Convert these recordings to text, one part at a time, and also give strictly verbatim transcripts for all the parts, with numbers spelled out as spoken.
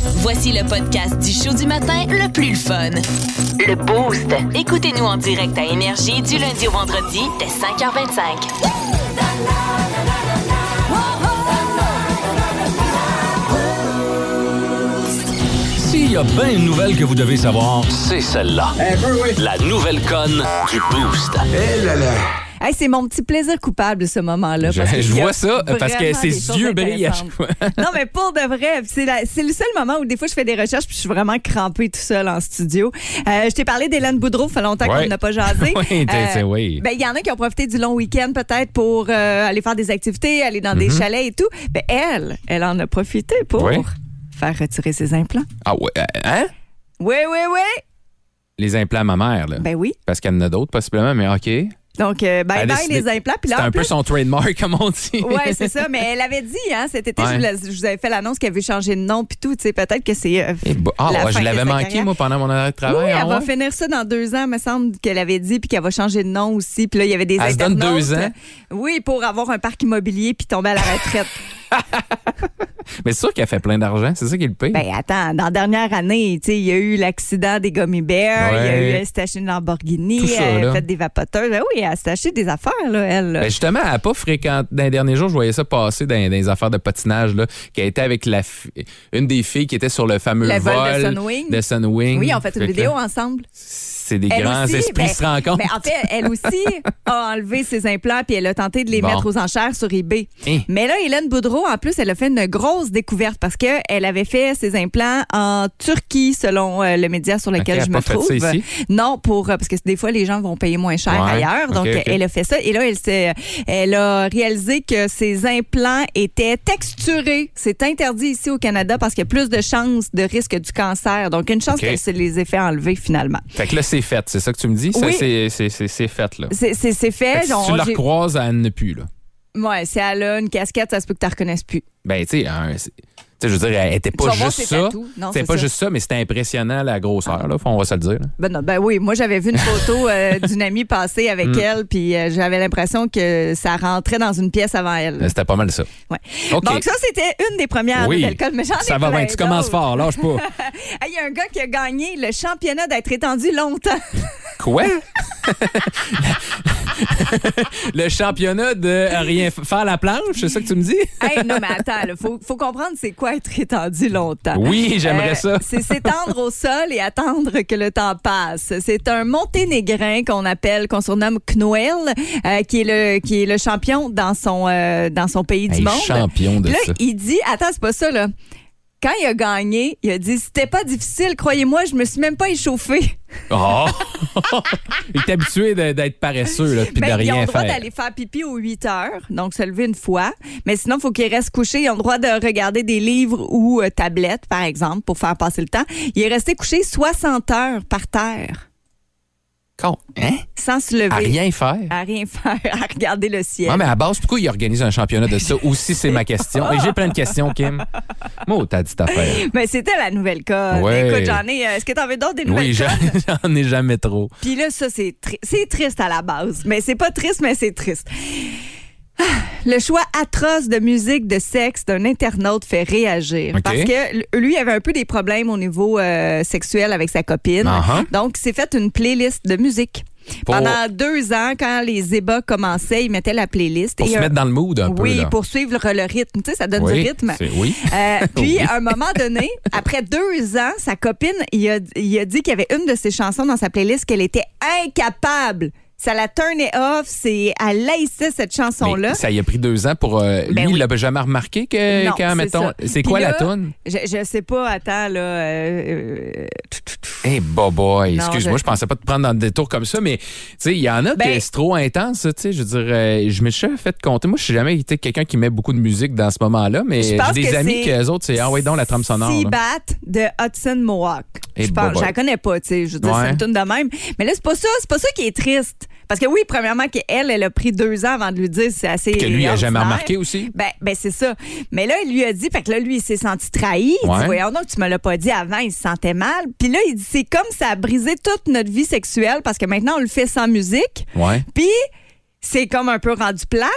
Voici le podcast du show du matin le plus fun. Le Boost. Écoutez-nous en direct à Énergie du lundi au vendredi dès cinq heures vingt-cinq. S'il y a bien une nouvelle que vous devez savoir, c'est celle-là. Un peu, oui. La nouvelle conne du Boost. Eh là là. Hey, c'est mon petit plaisir coupable, ce moment-là. Je, parce je vois ça, parce que vraiment ses des choses yeux brillent à chaque intéressantes. fois. Non, mais pour de vrai, c'est, la, c'est le seul moment où des fois je fais des recherches puis je suis vraiment crampée tout seul en studio. Euh, je t'ai parlé d'Hélène Boudreau, ça fait longtemps Ouais. qu'on n'a pas jasé. Oui, t'es- t'es- oui. Ben, il y en a qui ont profité du long week-end peut-être pour euh, aller faire des activités, aller dans des Mm-hmm. chalets et tout. Ben, elle, elle en a profité pour Oui. faire retirer ses implants. Ah ouais, euh, hein? Oui, oui, oui. Les implants à ma mère, là. Ben oui. Parce qu'elle en a d'autres, possiblement, mais OK. Donc, euh, bye Elle a bye décidé- les implants. Puis là, C'est en un peu plus, son trademark, comme on dit. oui, c'est ça. Mais elle avait dit, hein, cet été, Ouais. je, vous la- je vous avais fait l'annonce qu'elle veut changer de nom puis tout. Tu sais, peut-être que c'est. euh, Et bah- ah, la ouais, fin je de l'avais sa manqué, carrière. moi, pendant mon arrêt de Oui, travail. elle ah va ouais? finir ça dans deux ans, me semble qu'elle avait dit, puis qu'elle va changer de nom aussi. Puis là, il y avait des Elle se donne internautes. deux ans? Oui, pour avoir un parc immobilier puis tomber à la retraite. Mais c'est sûr qu'elle fait plein d'argent, c'est ça qui est le pire. Ben attends, dans la dernière année, tu sais, il y a eu l'accident des Gummy Bears, il y a Ouais. eu, elle s'est acheté une Lamborghini, Tout ça, elle là. a fait des vapoteurs. Ben oui, elle s'est acheté des affaires, là, elle. Ben justement, elle n'a pas fréquenté. Dans les derniers jours, je voyais ça passer dans, dans les affaires de patinage, là, qui a été avec la fi- une des filles qui était sur le fameux Le vol de vol Sunwing. de Sunwing. Oui, on fait une Fait que vidéo là, ensemble. C'est des Elle grands aussi, esprits ben, se rencontrent. ben, en fait, elle aussi a enlevé ses implants puis elle a tenté de les Bon. mettre aux enchères sur eBay. Hein. Mais là, Hélène Boudreau, en plus, elle a fait une grosse découverte parce qu'elle avait fait ses implants en Turquie, selon euh, le média sur lequel Ok, je elle a me pas fait trouve. ça ici? Non, pour euh, parce que des fois, les gens vont payer moins cher Ouais, ailleurs. Donc, ok, ok. elle a fait ça. Et là, elle, s'est, elle a réalisé que ses implants étaient texturés. C'est interdit ici au Canada parce qu'il y a plus de chances de risque du cancer. Donc, une chance Ok. qu'elle se les ait fait enlever finalement. Fait que là, c'est fait, c'est ça que tu me dis? Ça, Oui. c'est, c'est, c'est, c'est fait, là. C'est, c'est, c'est fait. Fait que si On- tu la j'ai- recroises, elle ne plus, là. Ouais, si elle a une casquette, ça se peut que tu la reconnaisses plus. Ben, tu sais, un- c'est- tu sais, je veux dire, elle était Tu pas vas voir juste ses ça. tatous. Non, C'était c'est pas ça. juste ça, mais c'était impressionnant, la grosseur, là. On va se le dire, là. Ben, non, ben oui, moi j'avais vu une photo euh, d'une amie passer avec Mm. elle, puis euh, j'avais l'impression que ça rentrait dans une pièce avant elle. C'était pas mal ça. Ouais. OK. Donc ça, c'était une des premières Oui. nouvelles codes, mais j'en ai Ça va plein bien, tu commences d'autres. fort, lâche pas. Ah, il y a un gars qui a gagné le championnat d'être étendu longtemps. Quoi? Le championnat de rien f- faire la planche, c'est ça que tu me dis? Hey, non, mais attends, il faut, faut comprendre c'est quoi être étendu longtemps. Oui, j'aimerais Euh, ça. C'est s'étendre au sol et attendre que le temps passe. C'est un monténégrin qu'on appelle, qu'on surnomme Knoel, euh, qui est le qui est le champion dans son euh, dans son pays du Hey, monde. champion de Puis là, ça. il dit, attends, c'est pas ça là. Quand il a gagné, il a dit c'était pas difficile, croyez-moi, je me suis même pas échauffé. Oh! Il est habitué de- d'être paresseux, là, puis Ben, de ils ont rien le droit faire. d'aller faire pipi aux huit heures, donc se lever une fois. Mais sinon, il faut qu'ils restent couchés. Ils ont le droit de regarder des livres ou euh, tablettes, par exemple, pour faire passer le temps. Il est resté couché soixante heures par terre, Con. Hein? sans se lever. À rien faire. À rien faire, à regarder le ciel. Non, mais à base, pourquoi il organise un championnat de ça aussi, c'est ma question. Et j'ai plein de questions, Kim. Moi, t'as dit ta affaire. Mais c'était la nouvelle code. Ouais. Écoute, j'en ai. euh, Est-ce que t'en veux d'autres des nouvelles Oui, j'en codes? j'en ai jamais trop. Puis là, ça, c'est, tri- c'est triste à la base. Mais c'est pas triste, mais c'est triste. Ah, le choix atroce de musique de sexe d'un internaute fait réagir. OK. Parce que l- lui, il avait un peu des problèmes au niveau euh, sexuel avec sa copine. Uh-huh. Donc, il s'est fait une playlist de musique. Pour- Pendant deux ans, quand les ébats commençaient, il mettait la playlist. Pour Et se un- mettre dans le mood un peu. oui, là. pour suivre le rythme. Tu sais, ça donne oui, du rythme. c'est- Oui. Euh, puis, Oui. à un moment donné, après deux ans, sa copine, il a, il a dit qu'il y avait une de ses chansons dans sa playlist qu'elle était incapable. Ça la turnait off. C'est, elle laissait cette chanson-là. Mais ça y a pris deux ans pour. euh, Ben lui, oui. il l'a jamais remarqué que Non, quand, c'est mettons. ça. C'est Puis quoi là, la toune? Je, je sais pas, attends, là. euh, euh, Eh, boy, Non, excuse-moi, je- je pensais pas te prendre dans des détours comme ça, mais tu sais, il y en a Ben- que c'est trop intense, tu sais. Je veux dire, euh, je me suis jamais fait compter. Moi, je suis jamais été quelqu'un qui met beaucoup de musique dans ce moment-là, mais Je j'ai pense des que amis c'est que eux autres, c'est ah ouais, donc la trame sonore. là. Seabat de Hudson Mohawk. Eh, Je pense, boy, boy. je la connais pas, tu sais. Je veux dire, Ouais. c'est une tune de même. Mais là, c'est pas ça, c'est pas ça qui est triste. Parce que oui, premièrement, qu'elle, elle a pris deux ans avant de lui dire c'est assez. Que lui, il a jamais ordinaire. remarqué aussi. Ben, ben c'est ça. Mais là, il lui a dit, fait que là, lui, il s'est senti trahi. Il Ouais. dit, voyons donc, tu me l'as pas dit avant, il se sentait mal. Puis là, il dit, c'est comme ça a brisé toute notre vie sexuelle parce que maintenant, on le fait sans musique. Ouais. Puis, c'est comme un peu rendu plate.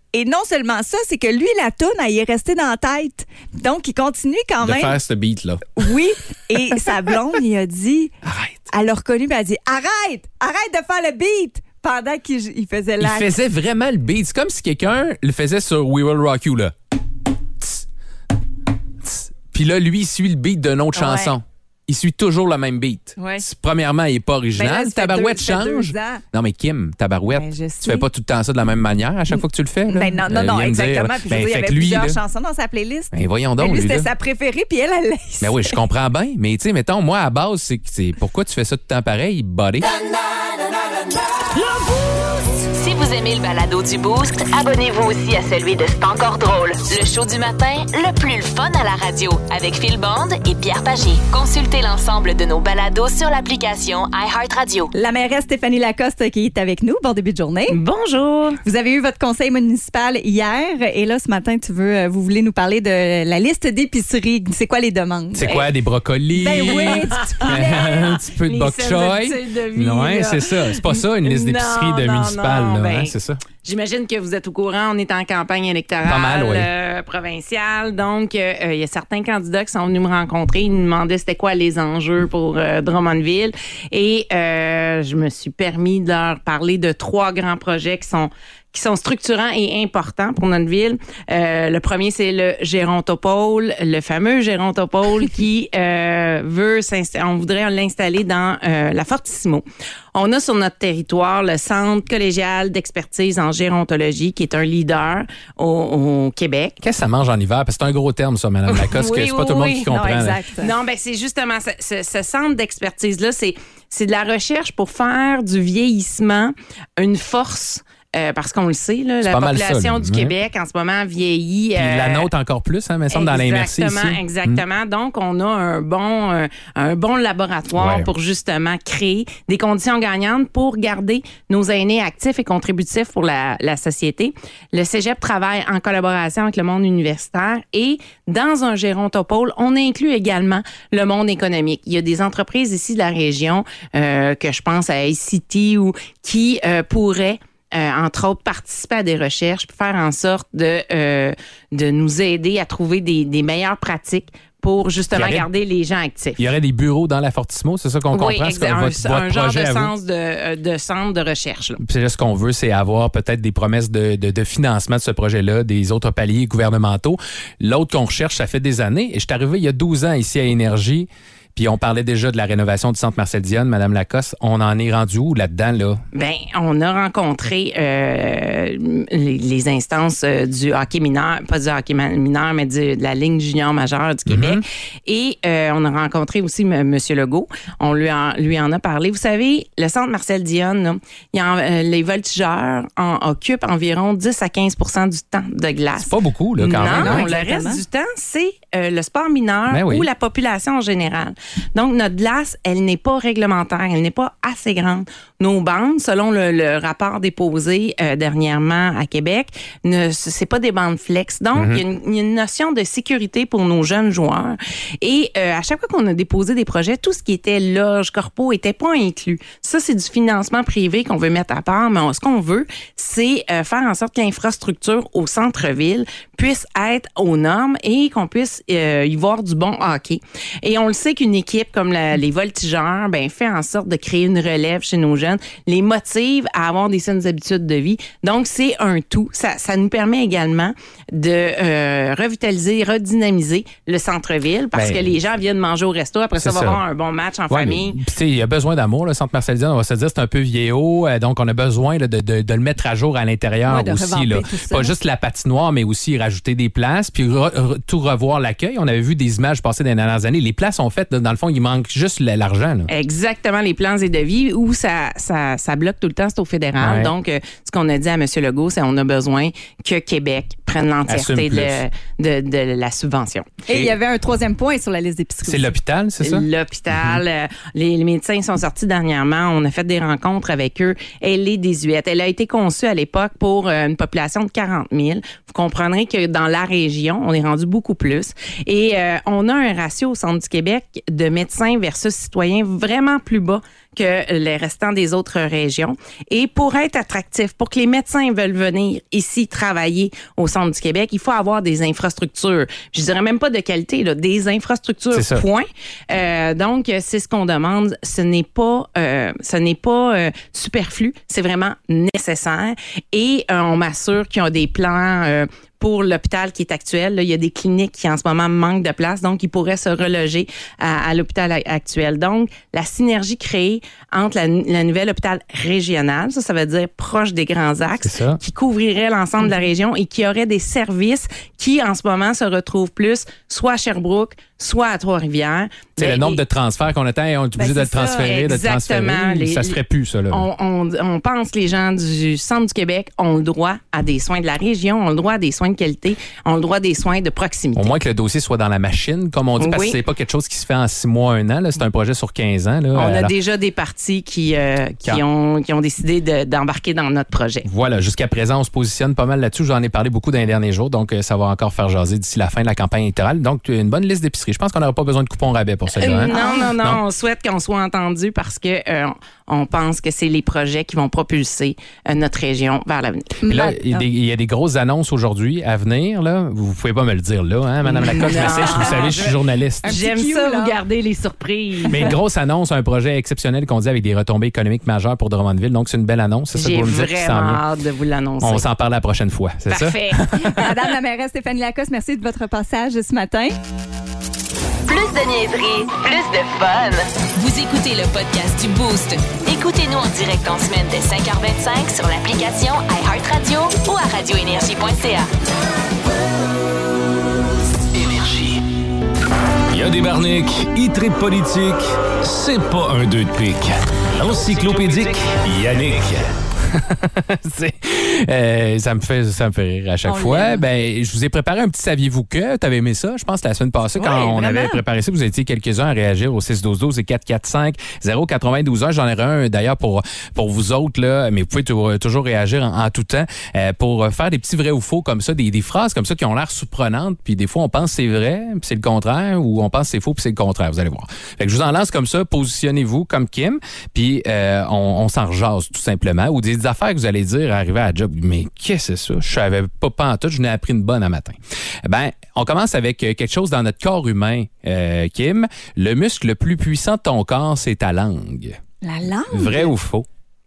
Et non seulement ça, c'est que lui, la toune, elle y est restée dans la tête. Donc, il continue quand De même. faire ce beat-là. Oui. Et sa blonde, il a dit... Arrête. Elle l'a reconnu, puis elle a dit « Arrête! Arrête de faire le beat! » Pendant qu'il il faisait Il l'acte. faisait vraiment le beat. C'est comme si quelqu'un le faisait sur We Will Rock You, là. Puis là, lui, il suit le beat d'une autre Ouais. chanson. Il suit toujours le même beat. Ouais. Premièrement, il n'est pas original. Ben là, ça fait Tabarouette deux- ça fait change. deux ans. Non, mais Kim, Tabarouette, Ben, je tu sais. fais pas tout le temps ça de la même manière à chaque fois que tu le fais. Là? Ben non, non, Euh, non, viens me dire, exactement. Puis je ben, veux dire, il y fait avait que lui, plusieurs là, chansons dans sa playlist. ben voyons donc, Mais lui, lui, c'était là. sa préférée, puis elle, elle laisse. Ben oui, je comprends bien. Mais tu sais, mettons, moi, à base, c'est, c'est pourquoi tu fais ça tout le temps pareil, buddy? Si vous aimez le balado du Boost, abonnez-vous aussi à celui de C'est encore drôle. Le show du matin, le plus le fun à la radio, avec Phil Bond et Pierre Pagé. Consultez l'ensemble de nos balados sur l'application iHeartRadio. La mairesse Stéphanie Lacoste qui est avec nous. Bon début de journée. Bonjour. Vous avez eu votre conseil municipal hier et là, ce matin, tu veux, euh, vous voulez nous parler de la liste d'épicerie. C'est quoi les demandes? C'est quoi, des brocolis? Ben oui, du petit poulet. Un petit peu de Les bok saines choy. habitudes de vie, Ouais, là. c'est ça. C'est pas ça, une liste Non, d'épicerie de non, municipale. non, là, ben, hein, c'est ça. J'imagine que vous êtes au courant, on est en campagne électorale Pas mal, oui. euh, provinciale. Donc, il euh, y a certains candidats qui sont venus me rencontrer. Ils me demandaient c'était quoi les enjeux pour euh, Drummondville. Et euh, je me suis permis de leur parler de trois grands projets qui sont qui sont structurants et importants pour notre ville. Euh, le premier, c'est le Gérontopole, le fameux Gérontopole qui euh, veut s'installer, on voudrait l'installer dans euh, la Fortissimo. On a sur notre territoire le Centre collégial d'expertise en gérontologie, qui est un leader au, au Québec. Qu'est-ce que ça mange en hiver? Parce que c'est un gros terme, ça, Mme Lacoste, Oui, que c'est pas oui, tout le monde oui. qui comprend. Non, là. exact. Non, ben c'est justement ce, ce, ce centre d'expertise-là, c'est, c'est de la recherche pour faire du vieillissement une force. Euh, parce qu'on le sait, là, la pas mal population ça, du là. Québec en ce moment vieillit. Puis euh, la nôtre encore plus, hein, me semble, dans l'inversé ici. Exactement, exactement. Donc, on a un bon, euh, un bon laboratoire Ouais. pour justement créer des conditions gagnantes pour garder nos aînés actifs et contributifs pour la, la société. Le Cégep travaille en collaboration avec le monde universitaire et dans un gérontopole, on inclut également le monde économique. Il y a des entreprises ici de la région, euh, que je pense à A C T ou qui euh, pourraient Euh, entre autres, participer à des recherches, pour faire en sorte de, euh, de nous aider à trouver des, des meilleures pratiques pour justement Il y aurait- garder les gens actifs. Il y aurait des bureaux dans la Fortissimo, c'est ça qu'on Oui, comprend? exact. C'est Un, votre, votre un genre projet de, à vous? sens de, euh, de centre de recherche. Là. Puis là, ce qu'on veut, c'est avoir peut-être des promesses de, de, de financement de ce projet-là, des autres paliers gouvernementaux. L'autre qu'on recherche, ça fait des années. Et je suis arrivé il y a douze ans ici à Énergie. Puis on parlait déjà de la rénovation du centre Marcel Dionne, Mme Lacoste. On en est rendu où là-dedans, là? Ben, on a rencontré euh, les, les instances euh, du hockey mineur, pas du hockey ma- mineur, mais du- de la ligne junior majeure du Québec. Et euh, on a rencontré aussi M. Legault. On lui en, lui en a parlé. Vous savez, le centre Marcel Dionne, là, il y a, euh, les voltigeurs en, occupent environ dix à quinze du temps de glace. C'est pas beaucoup, là, quand non, même. Non, hein? le Exactement. reste du temps, c'est euh, le sport mineur Ben oui. ou la population en général. Donc, notre glace, elle n'est pas réglementaire, elle n'est pas assez grande. Nos bandes, selon le, le rapport déposé euh, dernièrement à Québec, ne c'est pas des bandes flex. Donc, il y a une- il y, a une notion de sécurité pour nos jeunes joueurs. Et euh, à chaque fois qu'on a déposé des projets, tout ce qui était loge, corpo, était pas inclus. Ça, c'est du financement privé qu'on veut mettre à part, mais on- ce qu'on veut, c'est euh, faire en sorte que l'infrastructure au centre-ville puisse être aux normes et qu'on puisse euh, y voir du bon hockey. Et on le sait qu'une équipe comme la- les voltigeurs, ben, fait en sorte de créer une relève chez nos jeunes, les motive à avoir des saines habitudes de vie. Donc, c'est un tout. Ça, ça nous permet également de euh, revitaliser, redynamiser le centre-ville parce Ben, que les gens viennent manger au resto. Après ça, c'est va ça. avoir un bon match en Ouais, famille. mais, puis, tu sais, il y a besoin d'amour, le centre Marcel Dionne, on va se dire, c'est un peu vieillot, euh, donc on a besoin là, de, de, de le mettre à jour à l'intérieur Ouais, de aussi. revamper Là. tout ça. Pas juste la patinoire, mais aussi rajouter des places, puis re- re- tout revoir l'accueil. On avait vu des images passer dans les dernières années. Les places sont faites, là, dans le fond, il manque juste l- l'argent. Là. Exactement, les plans et devis où ça, ça, ça bloque tout le temps, c'est au fédéral. Ouais. Donc, euh, ce qu'on a dit à M. Legault, c'est qu'on a besoin que Québec prenne l'entièreté Assume de, de, de la subvention. Et il y avait un troisième point sur la liste d'épicerie. C'est l'hôpital, c'est ça? L'hôpital, euh, les, les médecins sont sortis dernièrement. On a fait des rencontres avec eux. Elle est désuète. Elle a été conçue à l'époque pour euh, une population de quarante mille. Vous comprendrez que dans la région, on est rendu beaucoup plus. Et euh, on a un ratio au centre du Québec de médecins versus citoyens vraiment plus bas que les restants des autres régions. Et pour être attractif, pour que les médecins veulent venir ici travailler au centre du Québec, il faut avoir des infrastructures. Je dirais même pas de qualité, là, des infrastructures, point. Euh, donc, c'est ce qu'on demande. Ce n'est pas, euh, ce n'est pas euh, superflu, c'est vraiment nécessaire. Et euh, on m'assure qu'ils ont des plans euh, pour l'hôpital qui est actuel. Là, il y a des cliniques qui, en ce moment, manquent de place, donc ils pourraient se reloger à, à l'hôpital actuel. Donc, la synergie créée entre la, la nouvelle hôpital régional, ça, ça veut dire proche des grands axes, qui couvrirait l'ensemble de la région et qui aurait des services qui, en ce moment, se retrouvent plus soit à Sherbrooke, soit à Trois-Rivières. C'est ben, le nombre et, de transferts qu'on attend et on est obligé ben, de le transférer, de le transférer. Les, ça se ferait plus, ça. Là. On, on, on pense que les gens du centre du Québec ont le droit à des soins de la région, ont le droit à des soins de qualité, ont le droit à des soins de proximité. Au moins que le dossier soit dans la machine, comme on dit, parce oui. que c'est pas quelque chose qui se fait en six mois, un an. Là. C'est un projet sur quinze ans. Là. On Alors, a déjà des partis qui, euh, qui, ont, qui ont décidé de, d'embarquer dans notre projet. Voilà, jusqu'à présent, on se positionne pas mal là-dessus. J'en ai parlé beaucoup dans les derniers jours, donc ça va encore faire jaser d'ici la fin de la campagne électorale. Donc, une bonne liste d'épiceries. Je pense qu'on n'aura pas besoin de coupons rabais pour ça. Euh, hein? non, non, non, non. On souhaite qu'on soit entendu parce que euh, on pense que c'est les projets qui vont propulser euh, notre région vers l'avenir. Puis là, il y, a des, il y a des grosses annonces aujourd'hui à venir. Là. Vous ne pouvez pas me le dire là, hein, Mme Lacoste. Vous savez, je suis journaliste. J'aime ça, là. Vous garder les surprises. Mais une grosse annonce, un projet exceptionnel qu'on dit avec des retombées économiques majeures pour Drummondville. Donc, c'est une belle annonce. C'est ça pour me dire qui s'en vient. J'ai vraiment hâte de vous l'annoncer. On s'en parle la prochaine fois. C'est Parfait. ça? Madame la mairesse Stéphanie Lacoste, merci de votre passage ce matin. Plus de niaiserie, plus de fun. Vous écoutez le podcast du Boost. Écoutez-nous en direct en semaine dès cinq heures vingt-cinq sur l'application iHeartRadio ou à radio énergie point c a. Énergie. Il y a des barniques, il tripe politique, c'est pas un deux de pique. L'encyclopédique Yannick. euh, ça me fait ça me fait rire à chaque on fois. Ben, je vous ai préparé un petit saviez-vous que. T'avais aimé ça? Je pense que la semaine passée, oui, quand on vraiment. avait préparé ça, vous étiez quelques-uns à réagir au six douze douze et quatre quatre cinq zéro quatre-vingt-douze heures. J'en ai un d'ailleurs pour pour vous autres là, mais vous pouvez t- toujours réagir en, en tout temps euh, pour faire des petits vrais ou faux comme ça, des, des phrases comme ça qui ont l'air surprenantes. Puis des fois on pense que c'est vrai, puis c'est le contraire, ou on pense que c'est faux, puis c'est le contraire. Vous allez voir. Fait que je vous en lance comme ça. Positionnez-vous comme Kim, puis euh, on, on s'en rejase tout simplement, ou des, des affaires que vous allez dire arriver à la job. Mais qu'est-ce que c'est ça? Je savais pas pantoute, je n'ai appris une bonne à matin. Ben, on commence avec quelque chose dans notre corps humain, euh, Kim. Le muscle le plus puissant de ton corps, c'est ta langue. La langue? Vrai ou faux?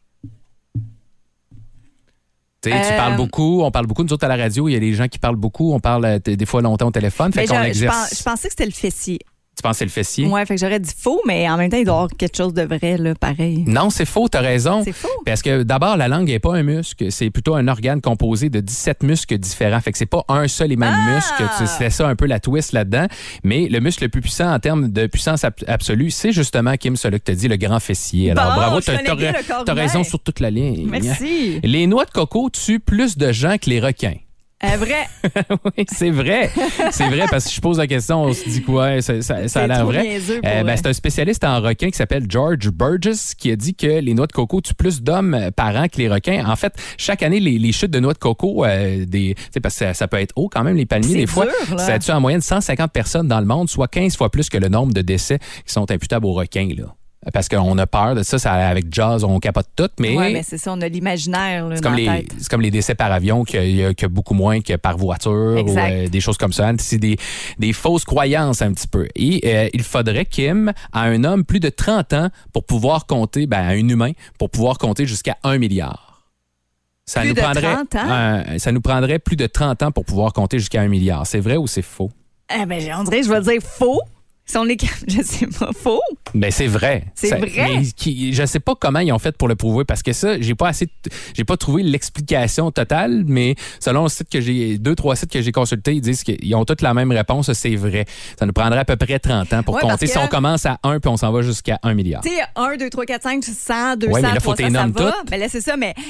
Tu sais, euh... tu parles beaucoup, on parle beaucoup, nous autres à la radio, il y a des gens qui parlent beaucoup, on parle des fois longtemps au téléphone, fait mais qu'on je, exerce... Je, je pensais que c'était le fessier. Tu penses que c'est le fessier? Oui, fait que j'aurais dit faux, mais en même temps, il doit y avoir quelque chose de vrai, là, pareil. Non, c'est faux, t'as raison. C'est faux. Parce que d'abord, la langue n'est pas un muscle, c'est plutôt un organe composé de dix-sept muscles différents. Fait que c'est pas un seul et même ah! muscle. C'était ça un peu la twist là-dedans. Mais le muscle le plus puissant en termes de puissance ab- absolue, c'est justement, Kim, celui que t'as dit, le grand fessier. Alors bon, bravo, je t'as, connais bien t'as, le corps t'as humain. raison sur toute la ligne. Merci. Les noix de coco tuent plus de gens que les requins. Euh, vrai. Oui, c'est vrai. C'est vrai parce que je pose la question, on se dit quoi, ça, ça, ça a l'air vrai. Euh, ben, c'est un spécialiste en requins qui s'appelle George Burgess qui a dit que les noix de coco tuent plus d'hommes par an que les requins. En fait, chaque année, les, les chutes de noix de coco, euh, des, parce que ça, ça peut être haut quand même, les palmiers, c'est des fois, dur, ça tue en moyenne cent cinquante personnes dans le monde, soit quinze fois plus que le nombre de décès qui sont imputables aux requins, là. Parce qu'on a peur de ça, ça avec Jaws, on capote tout, mais... Oui, mais c'est ça, on a l'imaginaire là, c'est dans comme la les, tête. c'est comme les décès par avion, qu'il y a, qu'il y a beaucoup moins que par voiture, exact. ou euh, des choses comme ça. C'est des, des fausses croyances un petit peu. Et euh, il faudrait, Kim, à un homme plus de trente ans pour pouvoir compter, ben, à un humain, pour pouvoir compter jusqu'à un milliard. Ça plus nous de prendrait, trente ans? euh, ça nous prendrait plus de trente ans pour pouvoir compter jusqu'à un milliard. C'est vrai ou c'est faux? Eh ben, on dirait, je vais dire faux. Si on est, je sais pas, faux. Ben c'est vrai. C'est ça, vrai. Mais qui, je sais pas comment ils ont fait pour le prouver parce que ça, j'ai pas assez, j'ai pas trouvé l'explication totale, mais selon le site que j'ai, deux trois sites que j'ai consultés, ils disent qu'ils ont toutes la même réponse. C'est vrai. Ça nous prendrait à peu près trente ans pour ouais, compter. que, Si on commence à un puis on s'en va jusqu'à un milliard. Tu sais, un, deux, trois, quatre, cinq, cent, deux cents, ouais, mais là, faut trois cents, ça va. toutes. Mais là, c'est ça, mais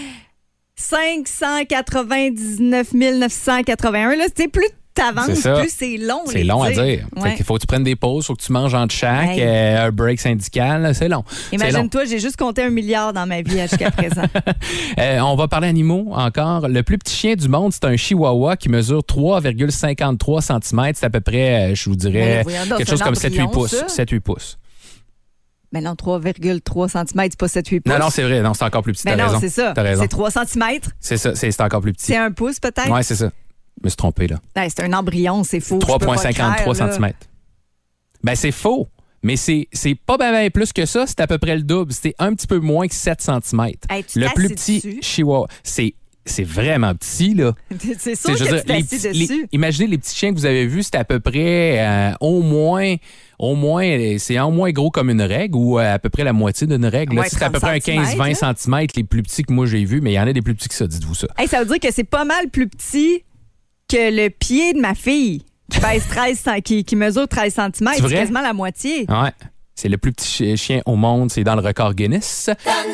cinq cent quatre-vingt-dix-neuf mille neuf cent quatre-vingt-un, là, c'est plus t'avances, plus c'est long. C'est long dire. à dire. Ouais. Fait qu'il faut que tu prennes des pauses, faut que tu manges entre chaque, hey. euh, un break syndical, là, c'est long. Imagine-toi, j'ai juste compté un milliard dans ma vie jusqu'à présent. euh, on va parler animaux encore. Le plus petit chien du monde, c'est un chihuahua qui mesure trois virgule cinquante-trois centimètres. C'est à peu près, je vous dirais, donc, quelque chose comme sept huit pouces. Ça. sept huit pouces. Mais non, trois virgule trois centimètres, c'est pas sept huit pouces. Non, non, c'est vrai. Non, c'est encore plus petit. Mais T'as non, raison. c'est ça. T'as raison. C'est trois centimètres. C'est ça, c'est, c'est encore plus petit. C'est un pouce, peut-être? Oui, c'est ça. Je me suis trompé, là. Ben, c'est un embryon, c'est faux. trois virgule cinquante-trois centimètres. Ben, c'est faux. Mais c'est, c'est pas bien ben plus que ça. C'est à peu près le double. C'était un petit peu moins que sept centimètres. Hey, tu le plus t'assis petit dessus? chihuahua. C'est, c'est vraiment petit, là. C'est sûr C'est, que je veux tu dire, les t'assis petits- dessus. les- imaginez les petits chiens que vous avez vus, c'était à peu près euh, au moins, au moins, c'est au moins gros comme une règle ou euh, à peu près la moitié d'une règle. Là. Ouais, C'est à peu près un quinze vingt centimètres les plus petits que moi j'ai vus, mais il y en a des plus petits que ça, dites-vous ça. Hey, ça veut dire que c'est pas mal plus petit que le pied de ma fille qui pèse treize, cent- qui, qui mesure treize centimètres. C'est C'est vrai? quasiment la moitié. Ouais. C'est le plus petit chi- chien au monde, c'est dans le record Guinness.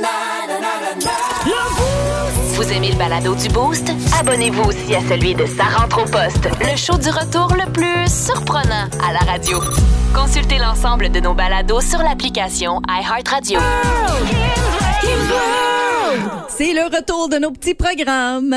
Vous aimez le balado du Boost? Abonnez-vous aussi à celui de Sa rentre au poste, le show du retour le plus surprenant à la radio. Consultez l'ensemble de nos balados sur l'application iHeartRadio. C'est le retour de nos petits programmes.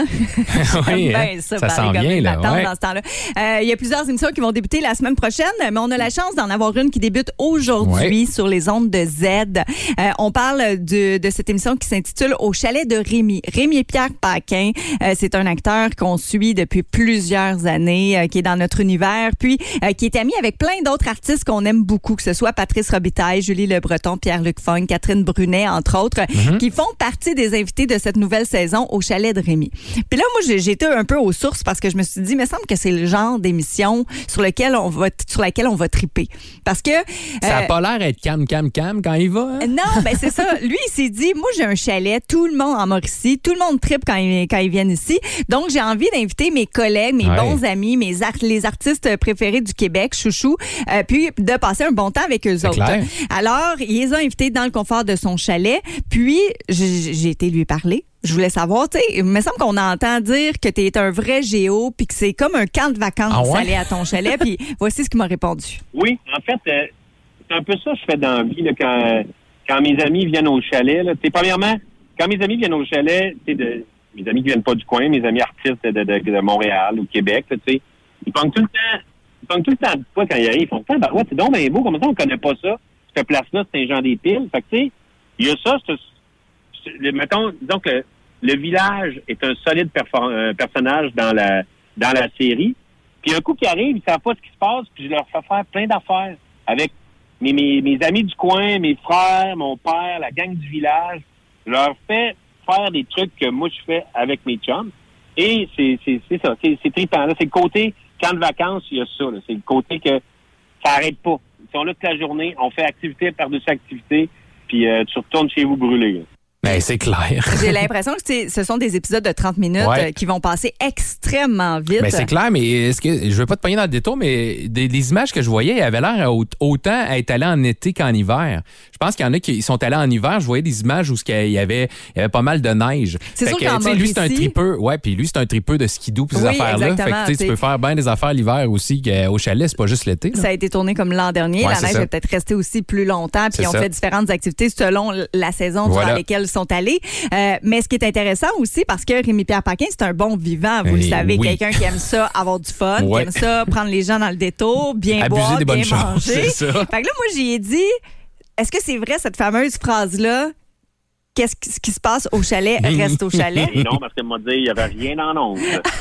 Oui, hein? Ben, ça, Ça parler s'en comme vient, une là, attente ouais. dans ce temps-là. Euh, Il y a plusieurs émissions qui vont débuter la semaine prochaine, mais on a la chance d'en avoir une qui débute aujourd'hui Ouais. sur les ondes de Z. Euh, on parle de, de cette émission qui s'intitule Au chalet de Rémi. Rémi-Pierre Paquin, euh, c'est un acteur qu'on suit depuis plusieurs années, euh, qui est dans notre univers, puis euh, qui est ami avec plein d'autres artistes qu'on aime beaucoup, que ce soit Patrice Robitaille, Julie Le Breton, Pierre-Luc Funk, Catherine Brunet, entre autres, Mm-hmm. qui font partie des invités de cette nouvelle saison au chalet de Rémi. Puis là, moi, j'ai, j'ai été un peu aux sources parce que je me suis dit, il me semble que c'est le genre d'émission sur lequel on va, sur laquelle on va triper. Parce que... Ça a euh, pas l'air d'être calme, calme, calme quand il va. Hein? non, ben c'est ça. Lui, il s'est dit, moi, j'ai un chalet, tout le monde en Mauricie, tout le monde tripe quand ils, quand ils viennent ici. Donc, j'ai envie d'inviter mes collègues, mes Ouais. bons amis, mes art- les artistes préférés du Québec, chouchou, euh, puis de passer un bon temps avec eux C'est autres. clair. Alors, il les a invités dans le confort de son chalet, puis j'ai, j'ai été lui parler. Je voulais savoir, tu sais, il me semble qu'on entend dire que tu es un vrai géo, puis que c'est comme un camp de vacances Ah ouais? aller à ton chalet, puis voici ce qu'il m'a répondu. Oui, en fait, euh, c'est un peu ça que je fais dans la vie là, quand, quand mes amis viennent au chalet. Là. T'sais, premièrement, quand mes amis viennent au chalet, t'sais, de, mes amis qui viennent pas du coin, mes amis artistes de, de, de, de Montréal ou Québec, là, t'sais, ils pognent tout le temps, ils pognent tout le temps de quoi quand ils arrivent. Ils font bah ouais, c'est donc bien beau, comme ça on connaît pas ça. Cette place-là, c'est Saint-Jean-des-Piles. Fait que tu sais, il y a ça, c'est, c'est, le, mettons, disons que le village est un solide perfor- euh, personnage dans la dans la série. Puis un coup qui arrive, ils savent pas ce qui se passe, puis je leur fais faire plein d'affaires avec mes, mes, mes amis du coin, mes frères, mon père, la gang du village. Je leur fais faire des trucs que moi je fais avec mes chums. Et c'est, c'est, c'est ça, c'est, c'est trippant. Là, c'est le côté camp de vacances, il y a ça. Là. C'est le côté que ça arrête pas. Ils sont là toute la journée, on fait activité par-dessus activité, puis euh, tu retournes chez vous brûlé. Là. Ben, c'est clair. J'ai l'impression que c'est- ce sont des épisodes de trente minutes Ouais. euh, qui vont passer extrêmement vite. Ben, c'est clair, mais est-ce que je veux pas te pogner dans le détour, mais des, des images que je voyais, il avait l'air au- autant à être allé en été qu'en hiver. Je pense qu'il y en a qui sont allés en hiver. Je voyais des images où il y avait, il y avait pas mal de neige. C'est Fait sûr que, qu'en tu sais, lui, c'est un Mauricie- tripeux. Ouais, puis lui, c'est un tripeux de skidoo puis ces Oui, affaires-là. Fait que, exactement, tu sais, t'sais. tu peux faire bien des affaires l'hiver aussi qu'au chalet, c'est pas juste l'été. là. Ça a été tourné comme l'an dernier. Ouais, la c'est neige ça. est peut-être restée aussi plus longtemps. Puis C'est on ça. fait différentes activités selon l- la saison durant Voilà. laquelle ils sont allés. Euh, mais ce qui est intéressant aussi, parce que Rémi-Pierre Paquin, c'est un bon vivant, vous le Eh savez. oui. Quelqu'un qui aime ça, avoir du fun, Ouais. qui aime ça, prendre les gens dans le détour, bien Abuser boire, des bonnes bien choses, manger. c'est ça. Fait que là, moi, j'y ai dit, est-ce que c'est vrai cette fameuse phrase-là? Qu'est-ce qui, ce qui se passe au chalet reste au chalet? Et non, parce qu'elle m'a dit il n'y avait rien en ondes.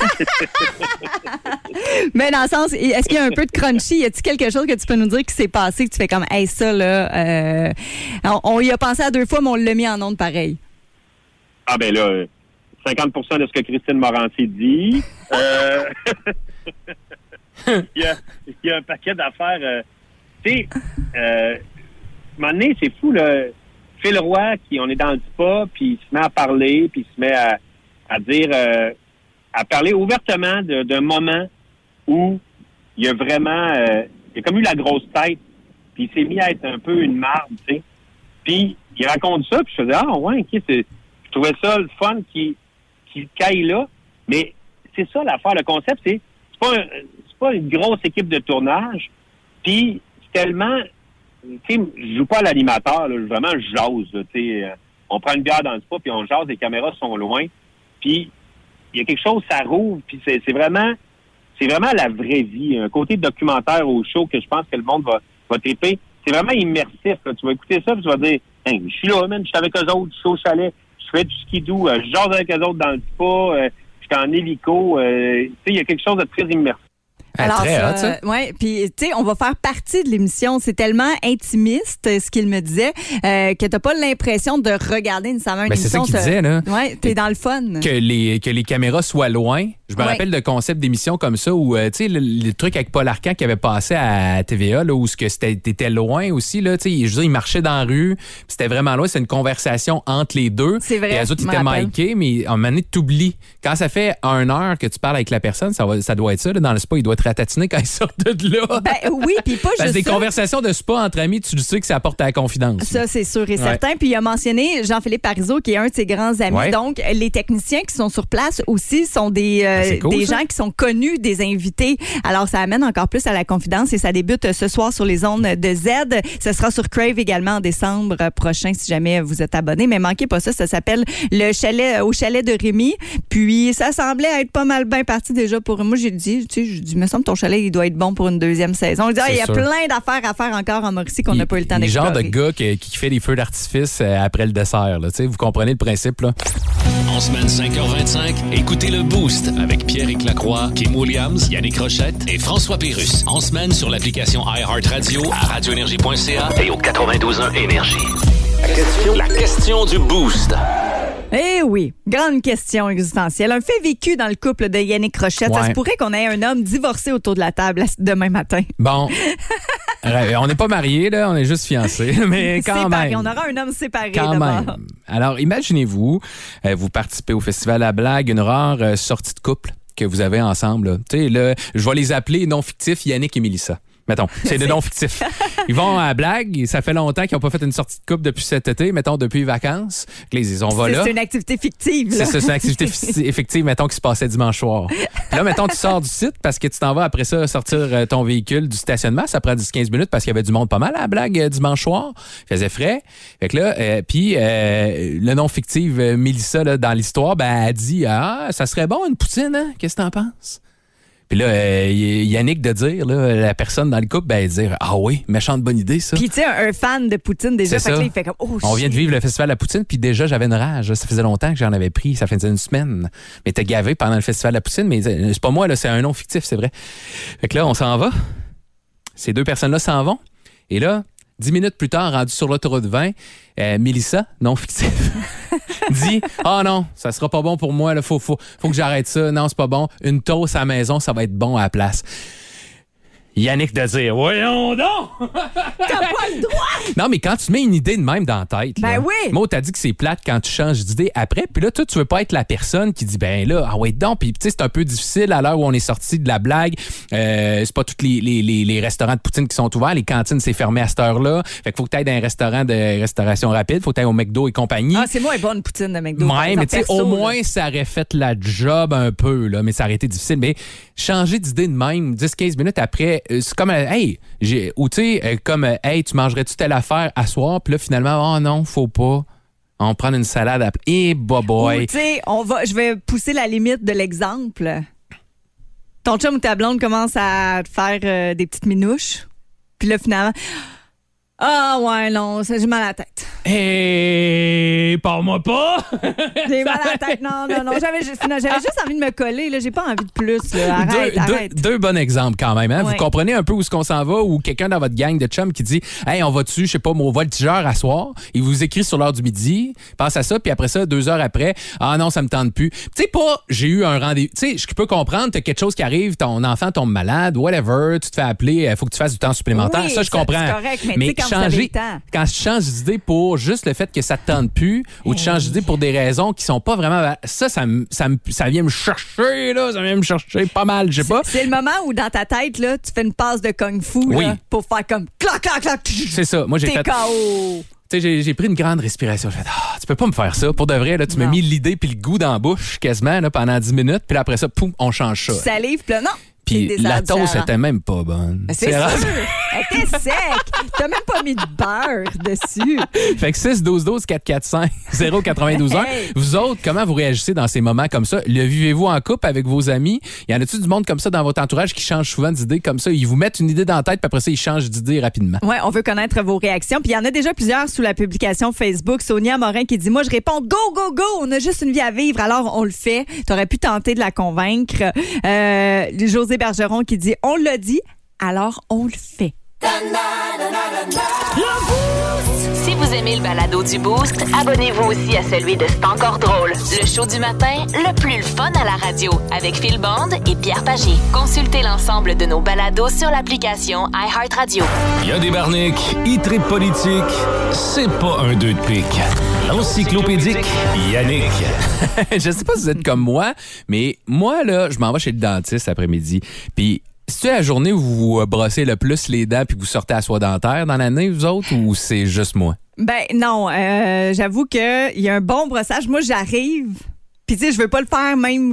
Mais dans le sens, est-ce qu'il y a un peu de crunchy? Y a-t-il quelque chose que tu peux nous dire qui s'est passé, que tu fais comme, hey, ça, là, euh, on, on y a pensé à deux fois, mais on l'a mis en onde pareil. Ah ben là, euh, cinquante pour cent de ce que Christine Morancy dit. Euh, il, y a, il y a un paquet d'affaires. Euh, tu sais, euh, à un moment donné, c'est fou, là. Phil Roy, qui on est dans le spa, puis il se met à parler, puis il se met à, à dire, euh, à parler ouvertement de- d'un moment où il y a vraiment, euh, il a comme eu la grosse tête, puis il s'est mis à être un peu une marde, tu sais. Puis il raconte ça, puis je faisais, ah ouais, ok, c'est, je trouvais ça le fun qui, qui caille là, mais c'est ça l'affaire, le concept, c'est, c'est pas, un- c'est pas une grosse équipe de tournage, puis c'est tellement, tu sais, je joue pas à l'animateur, là, vraiment, je jase, là, tu sais, euh, on prend une bière dans le spa, puis on jase, les caméras sont loin, puis il y a quelque chose, ça rouvre, puis c'est, c'est vraiment, c'est vraiment la vraie vie, un côté documentaire au show que je pense que le monde va, va triper. c'est vraiment immersif. Là. Tu vas écouter ça, puis tu vas dire, hey, je suis là, man, je suis avec eux autres, je suis au chalet, je fais du skidoo, euh, je jase avec eux autres dans le spa, euh, je suis en hélico. Euh, tu sais, il y a quelque chose de très immersif. Alors, très ça, hot, ça. ouais, puis tu sais, on va faire partie de l'émission. C'est tellement intimiste, ce qu'il me disait, euh, que t'as pas l'impression de regarder nécessairement une Ben, c'est ça émission. qu'il disait, là. Ouais, t'es dans le fun. Que les, que les caméras soient loin. Je me Ouais. rappelle de concepts d'émissions comme ça où, euh, tu sais, le, le truc avec Paul Arcand qui avait passé à T V A, là, où ce que c'était, t'étais loin aussi, là, tu sais, je veux dire, il marchait dans la rue, puis c'était vraiment loin, c'est une conversation entre les deux. C'est vrai, Et les autres, je ils étaient me rappelle. micés, mais à un moment donné, t'oublies. Quand ça fait une heure que tu parles avec la personne, ça, va, ça doit être ça, là, dans le spa, il doit te ratatiner quand il sort de là. Ben oui, puis pas Parce juste des ça. conversations de spa entre amis, tu le sais que ça apporte à la confidence. Ça, c'est sûr et certain. Puis il a mentionné Jean-Philippe Parizeau, qui est un de ses grands amis. Ouais. Donc, les techniciens qui sont sur place aussi sont des, euh, Ah, c'est cool, des ça. gens qui sont connus des invités. Alors, ça amène encore plus à la confidence et ça débute ce soir sur les ondes de Z. Ce sera sur Crave également en décembre prochain si jamais vous êtes abonné. Mais manquez pas ça. Ça s'appelle le chalet au chalet de Rémi. Puis, ça semblait être pas mal bien parti déjà pour moi. J'ai dit, tu sais, je dis, me semble que ton chalet, il doit être bon pour une deuxième saison. Il dit, ah, C'est il y a sûr. plein d'affaires à faire encore en Mauricie qu'on n'a pas eu le temps Il est le genre d'explorer. de gars qui, qui fait des feux d'artifice euh, après le dessert. Là. Tu sais, vous comprenez le principe, là? En semaine cinq heures vingt-cinq, écoutez le Boost avec Pierre-Éric Lacroix, Kim Williams, Yannick Rochette et François Pérusse. En semaine sur l'application iHeartRadio, à radio énergie point c a et au quatre-vingt-douze point un Énergie. La question, la question du Boost. Eh oui, grande question existentielle. Un fait vécu dans le couple de Yannick Rochette. Ça Ouais. se pourrait qu'on ait un homme divorcé autour de la table demain matin. Bon, euh, on n'est pas mariés, là, on est juste fiancés, mais quand Séparé. même. On aura un homme séparé Quand d'abord. même. Alors, imaginez-vous, euh, vous participez au Festival à blague, une rare euh, sortie de couple que vous avez ensemble. là. Tu sais, là, je vais les appeler non fictifs Yannick et Mélissa. Mettons, c'est des noms fictifs. Ils vont à la blague, ça fait longtemps qu'ils n'ont pas fait une sortie de couple depuis cet été, mettons, depuis les vacances. Les, ils ont va C'est là. c'est une activité fictive. C'est là. ça, c'est une activité fi- effective, mettons, qui se passait dimanche soir. Puis là, mettons, tu sors du site parce que tu t'en vas après ça sortir euh, ton véhicule du stationnement. Ça prend dix à quinze minutes parce qu'il y avait du monde pas mal à la blague euh, dimanche soir. Il faisait frais. Fait que là, euh, puis euh, le nom fictif, euh, Mélissa, là, dans l'histoire, ben, elle dit, ah, ça serait bon une poutine, hein? Qu'est-ce que t'en penses? Puis là, euh, Yannick de dire, là, la personne dans le couple, ben, dire, ah oui, méchante bonne idée, ça. Puis tu sais, un, un fan de Poutine déjà, C'est fait que ça. là, il fait comme oh On vient de shit. vivre le festival de la poutine, puis déjà, j'avais une rage. Ça faisait longtemps que j'en avais pris. Ça faisait une semaine. Mais t'es gavé pendant le festival de la poutine, mais c'est pas moi, là, c'est un nom fictif, c'est vrai. Fait que là, on s'en va. Ces deux personnes-là s'en vont. Et là, dix minutes plus tard, rendu sur l'autoroute vingt, euh, Mélissa, non fictif, dit « Ah oh non, ça sera pas bon pour moi, il faut, faut, faut que j'arrête ça. Non, c'est pas bon. Une toast à la maison, ça va être bon à la place. » Yannick de dire « Voyons donc! » T'as pas le droit! Non, mais quand tu mets une idée de même dans la tête, Ben là, oui. Maud t'a dit que c'est plate quand tu changes d'idée après. Puis là, toi, tu veux pas être la personne qui dit, ben là, ah ouais, donc. Puis tu sais, c'est un peu difficile à l'heure où on est sorti de la blague. Euh, c'est pas tous les, les, les, les restaurants de poutine qui sont ouverts. Les cantines, c'est fermé à cette heure-là. Fait qu'il faut que tu ailles dans un restaurant de restauration rapide. Faut que tu ailles au McDo et compagnie. Ah, c'est moi une bonne Poutine de McDo. par Ouais, exemple, mais tu sais, perso, au là. moins, ça aurait fait la job un peu, là, mais ça aurait été difficile. Mais changer d'idée de même, dix à quinze minutes après, euh, c'est comme, euh, hey, j'ai, ou tu sais, euh, comme, euh, hey, tu mangerais-tu telle affaire à soir? Puis là, finalement, oh non, faut pas. On prend une salade à. Eh, bah, Ou, boy. tu sais, on va, je vais pousser la limite de l'exemple. Ton chum ou ta blonde commence à te faire euh, des petites minouches. Puis là, finalement, ah ouais, non, ça, j'ai mal à la tête. Hey, parle-moi pas! J'ai mal à la tête. Non, non, non. J'avais juste, non, j'avais juste envie de me coller. Là. J'ai pas envie de plus. Là. Arrête, deux, arrête. Deux, deux bons exemples quand même. Hein? Ouais. Vous comprenez un peu où est-ce qu'on s'en va ou quelqu'un dans votre gang de chums qui dit « Hey, on va dessus, je sais pas, mon voltigeur à soir. » Il vous écrit sur l'heure du midi, pense à ça, puis après ça, deux heures après, « Ah non, ça me tente plus. » Tu sais pas, j'ai eu un rendez-vous. Tu sais, je peux comprendre, t'as quelque chose qui arrive, ton enfant tombe malade, whatever, tu te fais appeler, il faut que tu fasses du temps supplémentaire. Oui, ça, je ça, comprends. c'est correct, mais tu sais, quand vous avez changer, le temps. quand tu changes d'idée pour juste le fait que ça te tente plus, ou tu changes d'idée pour des raisons qui sont pas vraiment. Ça, ça, me- ça, me- ça vient me chercher, là. Ça vient me chercher pas mal, je sais pas. C'est le moment où dans ta tête, là, tu fais une passe de kung-fu Oui. là, pour faire comme clac, clac, clac. C'est ça. Moi, j'ai T'es fait. K O. Tu sais, j'ai, j'ai pris une grande respiration. J'ai fait, ah, tu peux pas me faire ça. Pour de vrai, là, tu m'as Non. mis l'idée puis le goût dans la bouche quasiment là, pendant dix minutes. Puis là, après ça, poum, on change ça. Tu salives, puis là, non. Puis c'est des la arbres toast différents. était même pas bonne. Ben, c'est rare. sûr. Elle était sec. T'as même pas mis de beurre dessus. Fait que six douze douze quatre quatre cinq zéro neuf deux un. Hey. Vous autres, comment vous réagissez dans ces moments comme ça? Le vivez-vous en couple avec vos amis? Y en a-tu du monde comme ça dans votre entourage qui change souvent d'idée comme ça? Ils vous mettent une idée dans la tête, puis après ça, ils changent d'idée rapidement. Ouais, on veut connaître vos réactions. Puis il y en a déjà plusieurs sous la publication Facebook. Sonia Morin qui dit, moi, je réponds go, go, go. On a juste une vie à vivre, alors on le fait. T'aurais pu tenter de la convaincre. Euh, José Bergeron qui dit, on l'a dit, alors on le fait. Si vous aimez le balado du Boost, abonnez-vous aussi à celui de C'est encore drôle. Le show du matin, le plus le fun à la radio, avec Phil Bond et Pierre Pagé. Consultez l'ensemble de nos balados sur l'application iHeartRadio. Il y a des barniques, ils trippent politique, c'est pas un deux de pique. L'encyclopédique Yannick. Je sais pas si vous êtes comme moi, mais moi, là, je m'en vais chez le dentiste après-midi, puis c'est-tu la journée où vous brossez le plus les dents puis que vous sortez à soie dentaire dans l'année, vous autres, ou c'est juste moi? Ben non, euh, j'avoue qu'il y a un bon brossage. Moi, j'arrive, puis tu sais, je veux pas le faire même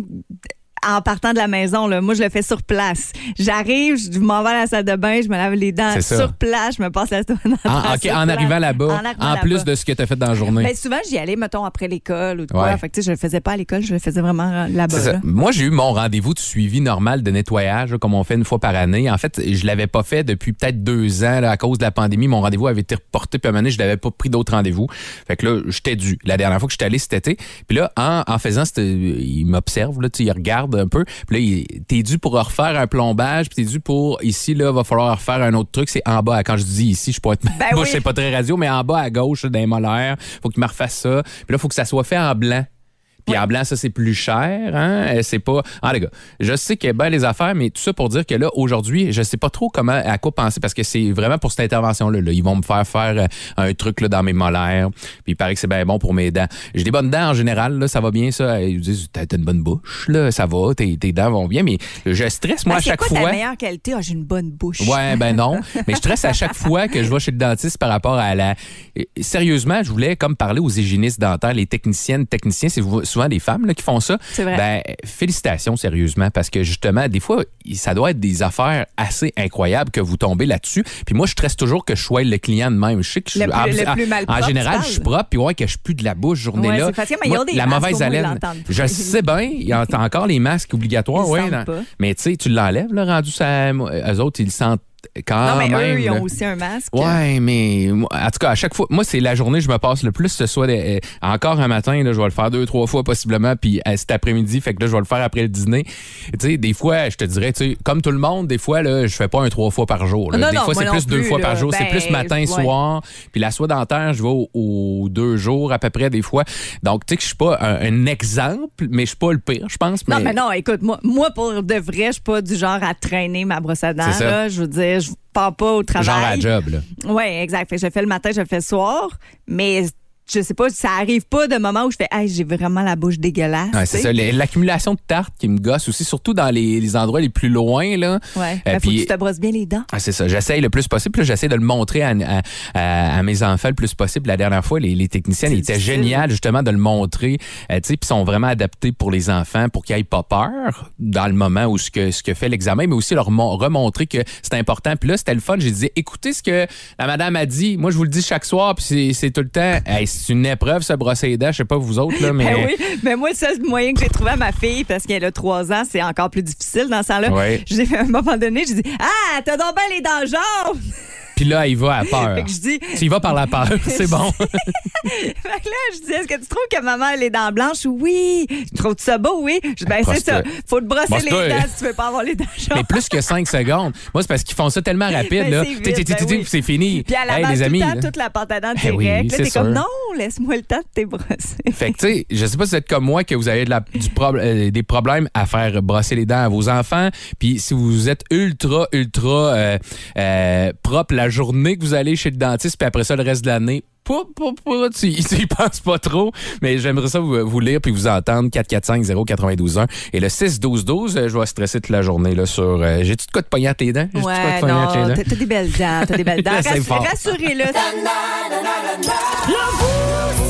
en partant de la maison. Là. Moi, je le fais sur place. J'arrive, je m'en vais à la salle de bain, je me lave les dents sur place, je me passe la soie dentaire. En, okay, en arrivant là-bas, en, arrivant en plus là-bas. de ce que tu as fait dans la journée. Ben, souvent, j'y allais, mettons, après l'école ou de quoi. Ouais. Fait que, tu sais, je le faisais pas à l'école, je le faisais vraiment là-bas. C'est là. Moi, j'ai eu mon rendez-vous de suivi normal de nettoyage, là, comme on fait une fois par année. En fait, je l'avais pas fait depuis peut-être deux ans là, à cause de la pandémie. Mon rendez-vous avait été reporté, puis à un moment donné, je n'avais pas pris d'autres rendez-vous. Fait que là, j'étais dû. La dernière fois que j'étais allé cet été, puis là, en, en faisant, il m'observe, là, il regarde un peu, puis là, il, t'es dû pour refaire un plombage, puis t'es dû pour, ici, là, va falloir refaire un autre truc. C'est en bas. Quand je dis ici, je peux être, ben moi, oui. c'est pas très radio, mais en bas à gauche, là, dans les molaires, faut qu'il me refasse ça. Puis là, faut que ça soit fait en blanc. Puis oui. En blanc, ça, c'est plus cher. Hein? C'est pas... Ah, les gars, je sais qu'il y a bien les affaires, mais tout ça pour dire que là, aujourd'hui, je sais pas trop comment, à quoi penser, parce que c'est vraiment pour cette intervention-là. Là. Ils vont me faire faire un truc là, dans mes molaires, puis il paraît que c'est bien bon pour mes dents. J'ai des bonnes dents en général, là, ça va bien, ça. Ils disent, t'as une bonne bouche, là, ça va, tes, tes dents vont bien, mais je stresse, moi, ben, à chaque quoi, fois... C'est quoi ta meilleure qualité? Ah, j'ai une bonne bouche. Ouais, ben non. Mais je stresse à chaque fois que je vais chez le dentiste par rapport à la... Sérieusement, je voulais comme parler aux hygiénistes dentaires, les techniciennes, techniciens, c'est souvent des femmes là, qui font ça. C'est vrai. Ben, félicitations, sérieusement, parce que justement, des fois, ça doit être des affaires assez incroyables que vous tombez là-dessus. Puis moi, je stresse toujours que je sois le client de même. Je sais que je, le plus, en, le plus mal propre, en général, je suis propre, puis ouais, que je pue de la bouche journée-là. Ouais, c'est facile, mais moi, il y a des la mauvaise haleine. Je sais bien, il y a encore les masques obligatoires, ouais, dans, mais tu sais, tu l'enlèves, là, rendu ça, eux autres, ils le sentent. Quand non, mais même, eux, ils ont là. aussi un masque. Ouais, mais en tout cas, à chaque fois, moi, c'est la journée que je me passe le plus. Ce soit des, euh, encore un matin, là, je vais le faire deux, trois fois possiblement, puis euh, cet après-midi, fait que là, je vais le faire après le dîner. Tu sais, des fois, je te dirais, tu sais, comme tout le monde, des fois, là, je fais pas un trois fois par jour. Là. Non, des non, fois, c'est plus, plus deux fois là. par jour. Ben, c'est plus matin, ouais. soir. Puis la soie dentaire, je vais aux au deux jours à peu près des fois. Donc, tu sais que je suis pas un, un exemple, mais je suis pas le pire, je pense. Mais... Non, mais non, écoute, moi, moi, pour de vrai, je suis pas du genre à traîner ma brosse à dents. Là, je veux dire, je pars pas au travail. Genre à job, là. Oui, exact. Fait que je le fais le matin, je le fais le soir, mais je sais pas, ça arrive pas de moment où je fais hey, j'ai vraiment la bouche dégueulasse. Ouais, c'est ça, l'accumulation de tartes qui me gosse aussi, surtout dans les, les endroits les plus loin. Là. Ouais, euh, ben, faut puis, que tu te brosses bien les dents. Ah, c'est ça, j'essaye le plus possible. Puis là, j'essaie de le montrer à, à, à, à mes enfants le plus possible. La dernière fois, les, les techniciennes ils étaient géniales justement de le montrer. Euh, tu sais, puis sont vraiment adaptés pour les enfants pour qu'ils n'aient pas peur dans le moment où ce que, ce que fait l'examen, mais aussi leur remontrer que c'est important. Puis là, c'était le fun. J'ai dit, écoutez ce que la madame a dit. Moi, je vous le dis chaque soir, puis c'est, c'est tout le temps. Hey, c'est une épreuve, ça, brosser les dents. Je sais pas vous autres, là, mais... Ben oui, mais moi, le seul moyen que j'ai trouvé à ma fille, parce qu'elle a trois ans, c'est encore plus difficile dans ce temps-là. Oui. J'ai fait à un moment donné, j'ai dit « Ah, t'as donc bien les dents jaunes! » Puis là, il va à peur. Fait que je dis... S'il va par la peur, c'est bon. Fait que là, je dis, est-ce que tu trouves que maman a les dents blanches? Oui. Trouves-tu ça beau? Oui. Je dis, ben, c'est ça. Faut te brosser Brosse-toi. les dents si tu veux pas avoir les dents jaunes. Mais plus que cinq secondes. Moi, c'est parce qu'ils font ça tellement rapide, ben, là. C'est, vite, ben oui. C'est fini. Puis à la hey, base, les tout amis, le temps, là. toute la pâte à dents Ben direct. oui, là, t'es sûr. comme, non, laisse-moi le temps de t'ébrosser. Fait que, tu sais, je sais pas si vous êtes comme moi, que vous avez de la, du prob- euh, des problèmes à faire brosser les dents à vos enfants. Puis si vous êtes ultra, ultra euh, euh, propre la journée que vous allez chez le dentiste, puis après ça, le reste de l'année, pas, pas, pas, tu y penses pas trop, mais j'aimerais ça vous, vous lire puis vous entendre. Quatre quatre cinq zéro neuf deux un. Et le six douze douze, je vais stresser toute la journée là, sur... Euh, j'ai-tu de quoi de pogner à tes dents? J'ai-tu Ouais, de quoi de pogner à tes non, dents? t'as, t'as des belles dents, t'as des belles dents. C'est Rass- fort. Rassurez-le. Si vous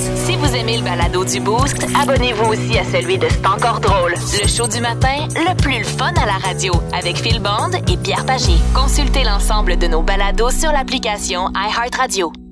vous aimez le balado du Boost, abonnez-vous aussi à celui de C'est encore drôle. Le show du matin, le plus le fun à la radio, avec Phil Bond et Pierre Pagé. Consultez l'ensemble de nos balados sur l'application iHeartRadio.